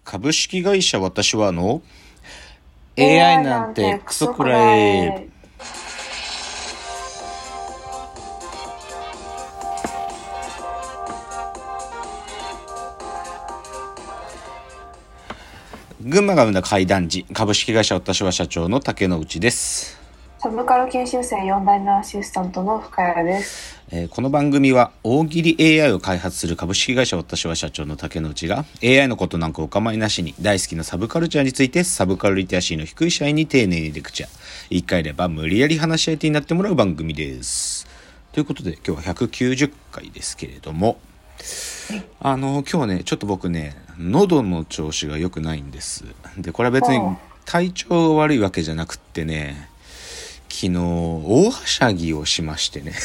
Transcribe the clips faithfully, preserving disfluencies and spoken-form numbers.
株式会社私はの エーアイ なんてクソくらえ。群馬が生んだ怪談時、株式会社私は社長の竹之内です。 サブカル研修生よん代のアシスタントの深谷です。 えー、この番組は大喜利 エーアイ を開発する株式会社私は社長の竹之内が エーアイ のことなんかお構いなしに大好きなサブカルチャーについてサブカルリテラシーの低い社員に丁寧にレクチャー、言い換えれば無理やり話し相手になってもらう番組です。ということで今日はひゃくきゅうじゅっかいですけれども、あの今日はねちょっと僕ね喉の調子が良くないんです。でこれは別に体調が悪いわけじゃなくってね、昨日大はしゃぎをしましてね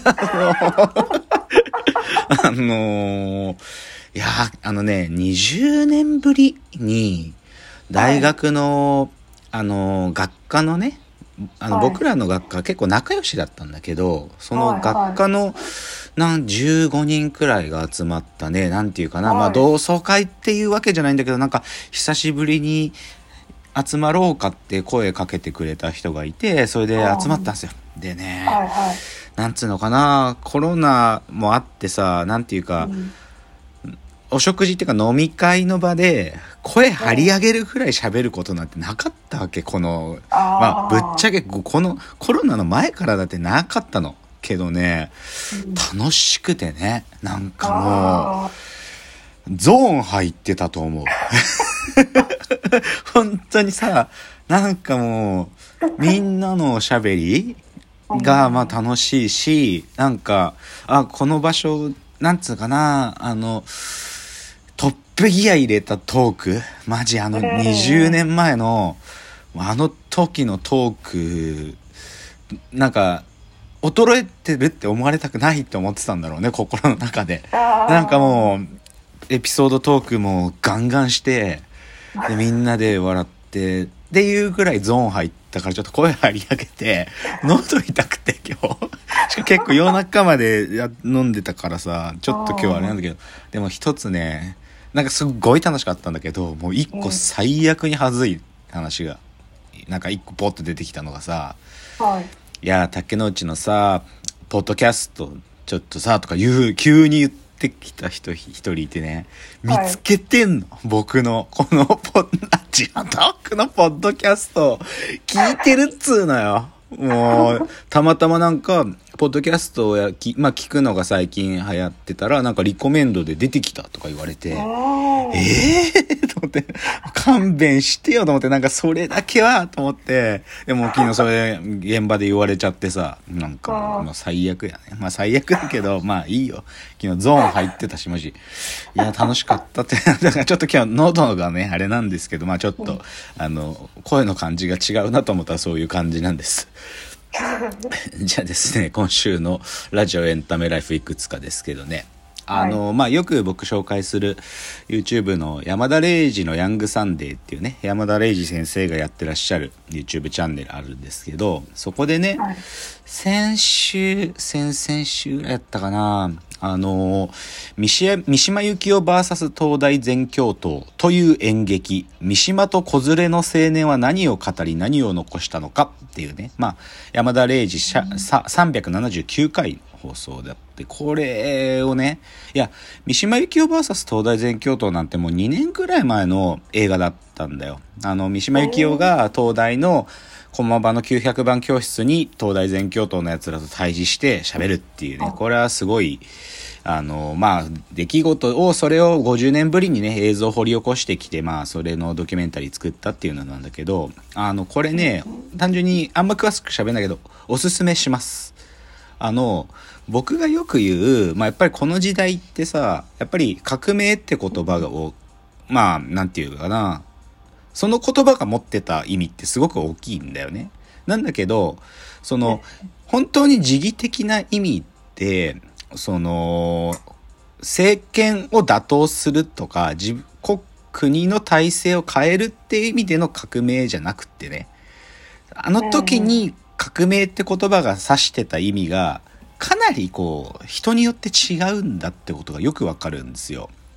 あのー、いやあのねにじゅうねんぶりに大学の、はい、あの学科のねあの、はい、僕らの学科結構仲良しだったんだけど、その学科のなんじゅうごにんくらいが集まったね、なんていうかな、はい、まあ同窓会っていうわけじゃないんだけど、なんか久しぶりに集まろうかって声かけてくれた人がいて、それで集まったんですよ。でね、はいはい、なんつうのかな、コロナもあってさ、なんていうか、うん、お食事っていうか飲み会の場で声張り上げるくらい喋ることなんてなかったわけ。このまあぶっちゃけこのコロナの前からだってなかったのけどね、うん、楽しくてね、なんかもうゾーン入ってたと思う本当にさ、なんかもうみんなのおしゃべりがまあ楽しいし、なんかあこの場所なんつうかな、あのトップギア入れたトーク、マジあのにじゅうねんまえのあの時のトークなんか衰えてるって思われたくないって思ってたんだろうね、心の中で。なんかもうエピソードトークもガンガンしてでみんなで笑ってっていうぐらいゾーン入ったから、ちょっと声張り上げて喉痛くて今日しかも結構夜中までや飲んでたからさ、ちょっと今日はあれなんだけど、でも一つねなんかすっごい楽しかったんだけど、もう一個最悪に恥ずい話がなんか一個ポッと出てきたのがさ、はい、いや竹之内のさポッドキャストちょっとさとか言う急に言ってってきた人一人いてね、見つけてんの、はい、僕のこのポッジオトークのポッドキャスト聞いてるっつーのよ。もうたまたまなんかポッドキャストをやき、まあ、聞くのが最近流行ってたらなんかリコメンドで出てきたとか言われて、えーと思って勘弁してよと思って、なんかそれだけはと思って、でも昨日それ現場で言われちゃってさ、なんかまあ最悪やね。まあ最悪だけどまあいいよ。昨日ゾーン入ってたしマジ。いや楽しかったってだからちょっと今日喉がねあれなんですけど、まあちょっとあの声の感じが違うなと思ったらそういう感じなんですじゃあですね、今週のラジオエンタメライフいくつかですけどね、あの、はい、まあよく僕紹介する YouTube の山田礼二のヤングサンデーっていうね、山田礼二先生がやってらっしゃる YouTube チャンネルあるんですけど、そこでね、はい、先週先々週ぐらいやったかな、あの三島、三島由紀夫 ブイエス 東大全教頭という演劇、三島と子連れの青年は何を語り何を残したのかっていうね、まあ山田礼二さんびゃくななじゅうきゅうかいの放送であって、これをね、いや三島由紀夫 ブイエス 東大全教頭なんてもうにねんくらい前の映画だったんだよ。あの三島由紀夫が東大の駒場のきゅうひゃくばん教室に東大全教頭のやつらと対峙して喋るっていうね、これはすごいあのまあ出来事を、それをごじゅうねんぶりにね映像を掘り起こしてきて、まあそれのドキュメンタリー作ったっていうのなんだけど、あのこれね単純にあんま詳しく喋んないけどおすすめします。あの僕がよく言う、まあやっぱりこの時代ってさ、やっぱり革命って言葉をまあなんていうかな、その言葉が持ってた意味ってすごく大きいんだよね。なんだけどその本当に時義的な意味ってその政権を打倒するとか自国国の体制を変えるっていう意味での革命じゃなくってね、あの時に革命って言葉が指してた意味がかなりこう人によって違うんだってことがよくわかるんですよ。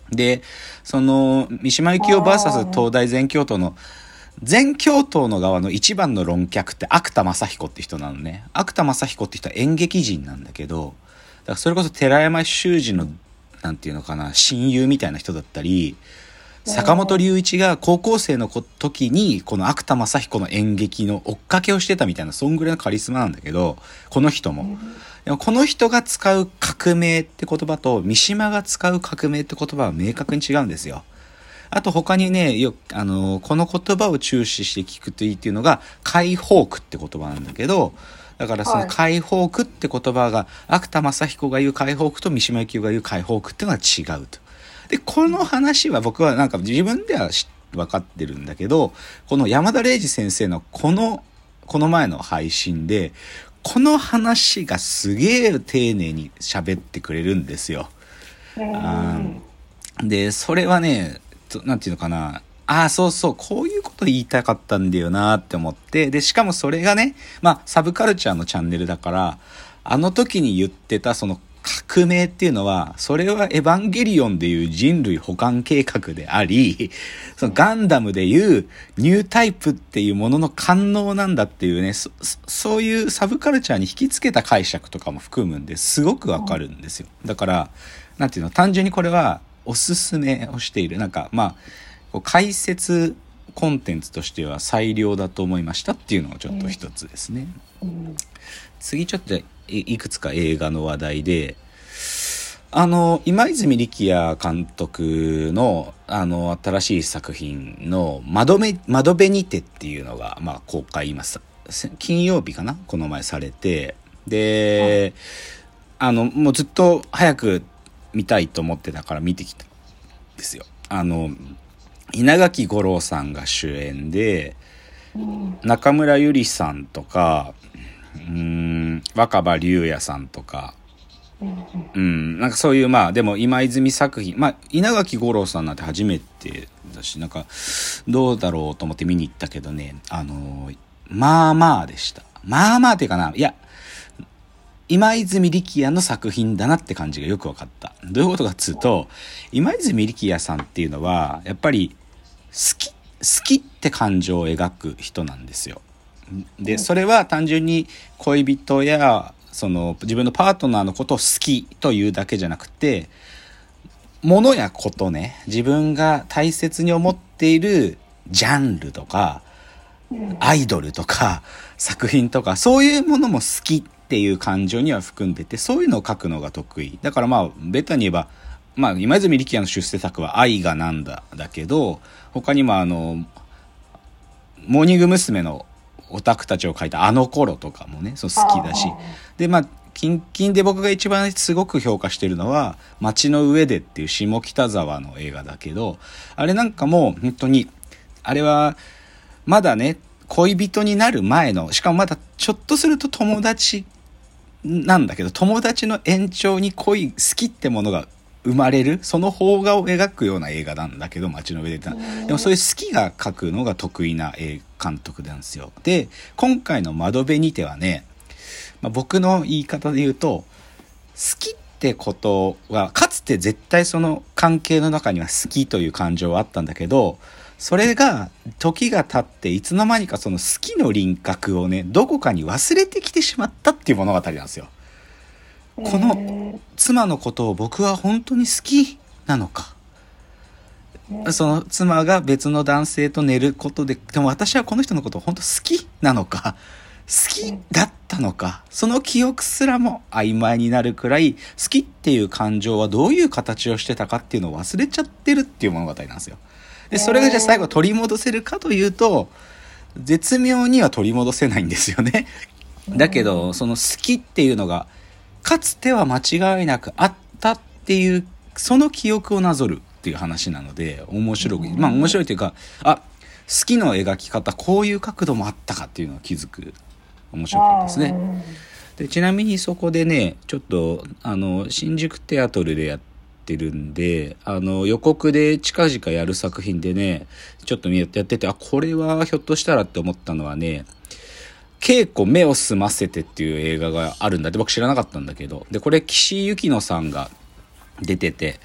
で、その、三島由紀夫 ブイエス 東大全教頭の、全教頭の側の一番の論客って芥田正彦って人なのね。芥田正彦って人は演劇人なんだけど、だからそれこそ寺山修司の、なんていうのかな、親友みたいな人だったり、坂本龍一が高校生の時にこの芥田正彦の演劇の追っかけをしてたみたいな、そんぐらいのカリスマなんだけど、この人も。でもこの人が使う革命って言葉と三島が使う革命って言葉は明確に違うんですよ。あと他にね、よあのこの言葉を注視して聞くといいっていうのが解放区って言葉なんだけど、だからその解放区って言葉が芥田正彦が言う解放区と三島由紀夫が言う解放区っていうのは違うと。でこの話は僕はなんか自分では分かってるんだけど、この山田礼二先生のこのこの前の配信でこの話がすげえ丁寧に喋ってくれるんですよ。あでそれはね、なんていうのかな、ああそうそう、こういうこと言いたかったんだよなって思って、でしかもそれがね、まあサブカルチャーのチャンネルだから、あの時に言ってたその革命っていうのは、それはエヴァンゲリオンでいう人類補完計画であり、そのガンダムでいうニュータイプっていうものの官能なんだっていうね、そ、そういうサブカルチャーに引きつけた解釈とかも含むんですごくわかるんですよ。だから、なんていうの、単純にこれはおすすめをしている。なんか、まあ、解説コンテンツとしては最良だと思いましたっていうのがちょっと一つですね。次ちょっといくつか映画の話題で、あの今泉力也監督のあの新しい作品の窓め窓辺にてっていうのが、まあ、公開今金曜日かな、この前されて、で、あのもうずっと早く見たいと思ってたから見てきたんですよ。あの稲垣吾郎さんが主演で、中村ゆりさんとか、うーん若葉龍也さんとか、うん、なんかそういうまあでも今泉作品、まあ稲垣吾郎さんなんて初めてだし、なんかどうだろうと思って見に行ったけどね、あのー、まあまあでした。まあまあっていうかな、いや今泉力也の作品だなって感じがよく分かった。どういうことかっつうと、今泉力也さんっていうのはやっぱり好き好きって感情を描く人なんですよ。でそれは単純に恋人やその自分のパートナーのことを好きというだけじゃなくて、物やことね、自分が大切に思っているジャンルとかアイドルとか作品とか、そういうものも好きっていう感情には含んでて、そういうのを書くのが得意だから、まあベタに言えば、まあ今泉力也の出世作は愛がなんだだけど、他にもあのモーニング娘。のオタクたちを書いたあの頃とかもね、そう好きだし、でまあ近々で僕が一番すごく評価してるのは街の上でっていう下北沢の映画だけど、あれなんかも本当に、あれはまだね恋人になる前の、しかもまだちょっとすると友達なんだけど、友達の延長に恋好きってものが生まれる、その邦画を描くような映画なんだけど、街の上で、でもそういう好きが描くのが得意な監督なんですよ。で今回の窓辺にてはね、まあ、僕の言い方で言うと、好きってことはかつて絶対その関係の中には好きという感情はあったんだけど、それが時が経っていつの間にかその好きの輪郭をね、どこかに忘れてきてしまったっていう物語なんですよ。この妻のことを僕は本当に好きなのか、その妻が別の男性と寝ることで、でも私はこの人のことを本当好きなのか、好きだったのか、その記憶すらも曖昧になるくらい、好きっていう感情はどういう形をしてたかっていうのを忘れちゃってるっていう物語なんですよ。でそれがじゃあ最後取り戻せるかというと、絶妙には取り戻せないんですよね。だけどその好きっていうのがかつては間違いなくあったっていう、その記憶をなぞるっていう話なので面白い、まあ面白いというか、あ、好きの描き方こういう角度もあったかっていうのを気づく、面白かったですね。でちなみにそこでね、ちょっとあの新宿テアトルでやってるんで、あの予告で近々やる作品でね、ちょっとやってて、あ、これはひょっとしたらって思ったのはね、稽古目を澄ませてっていう映画があるんだって僕知らなかったんだけど、でこれ岸井ゆきのさんが出てて、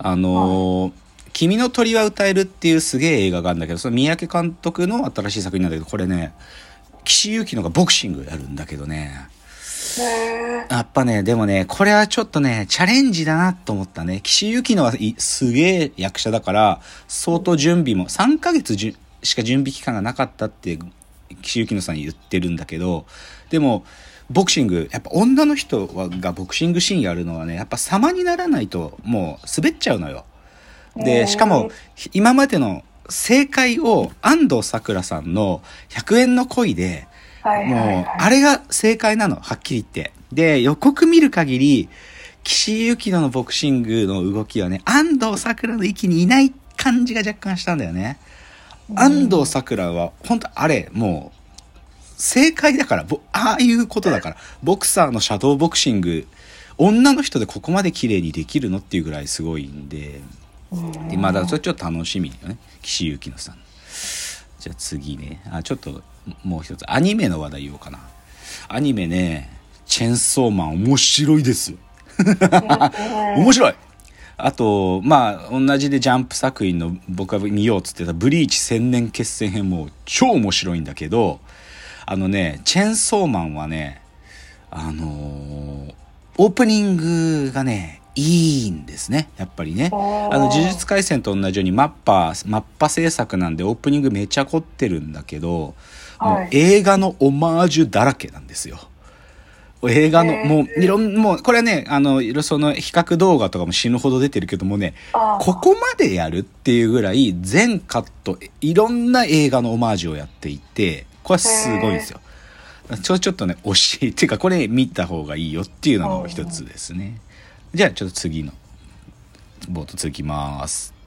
あのーはい君の鳥は歌えるっていうすげえ映画があるんだけど、その三宅監督の新しい作品なんだけど、これね、岸由紀乃がボクシングやるんだけどね、 へやっぱね、でもね、これはちょっとね、チャレンジだなと思ったね。岸由紀乃はいすげえ役者だから、相当準備も、さんかげつじゅしか準備期間がなかったって岸由紀乃さん言ってるんだけど、でも、ボクシング、やっぱ女の人がボクシングシーンやるのはね、やっぱ様にならないともう滑っちゃうのよ。で、しかも、今までの正解を安藤サクラさんのひゃくえんの恋で、 はいはいはい、 もう、あれが正解なの、はっきり言って。で、予告見る限り、岸由紀乃のボクシングの動きはね、安藤サクラの域にいない感じが若干したんだよね。安藤サクラは、本当あれ、もう、正解だから、ああいうことだから、ボクサーのシャドーボクシング、女の人でここまで綺麗にできるのっていうぐらいすごいんで、でまだそれちょっと楽しみよね、岸由紀乃さん。じゃあ次ね、あちょっともう一つアニメの話題言おうかな。アニメね、チェンソーマン面白いです面白い。あとまあ同じでジャンプ作品の僕が見ようっつってたブリーチ千年決戦編も超面白いんだけど、あのねチェンソーマンはね、あのー、オープニングがねいいんですね、やっぱりね。あの呪術廻戦と同じようにマッパマッパ制作なんでオープニングめちゃ凝ってるんだけど、もう映画のオマージュだらけなんですよ。映画のもういろんもうこれはね、あのその比較動画とかも死ぬほど出てるけどもね、ここまでやるっていうぐらい全カットいろんな映画のオマージュをやっていて、これはすごいんですよ。ちょちょっとね惜しいっていうか、これ見た方がいいよっていうのの一つですね。じゃあちょっと次のボート続きます。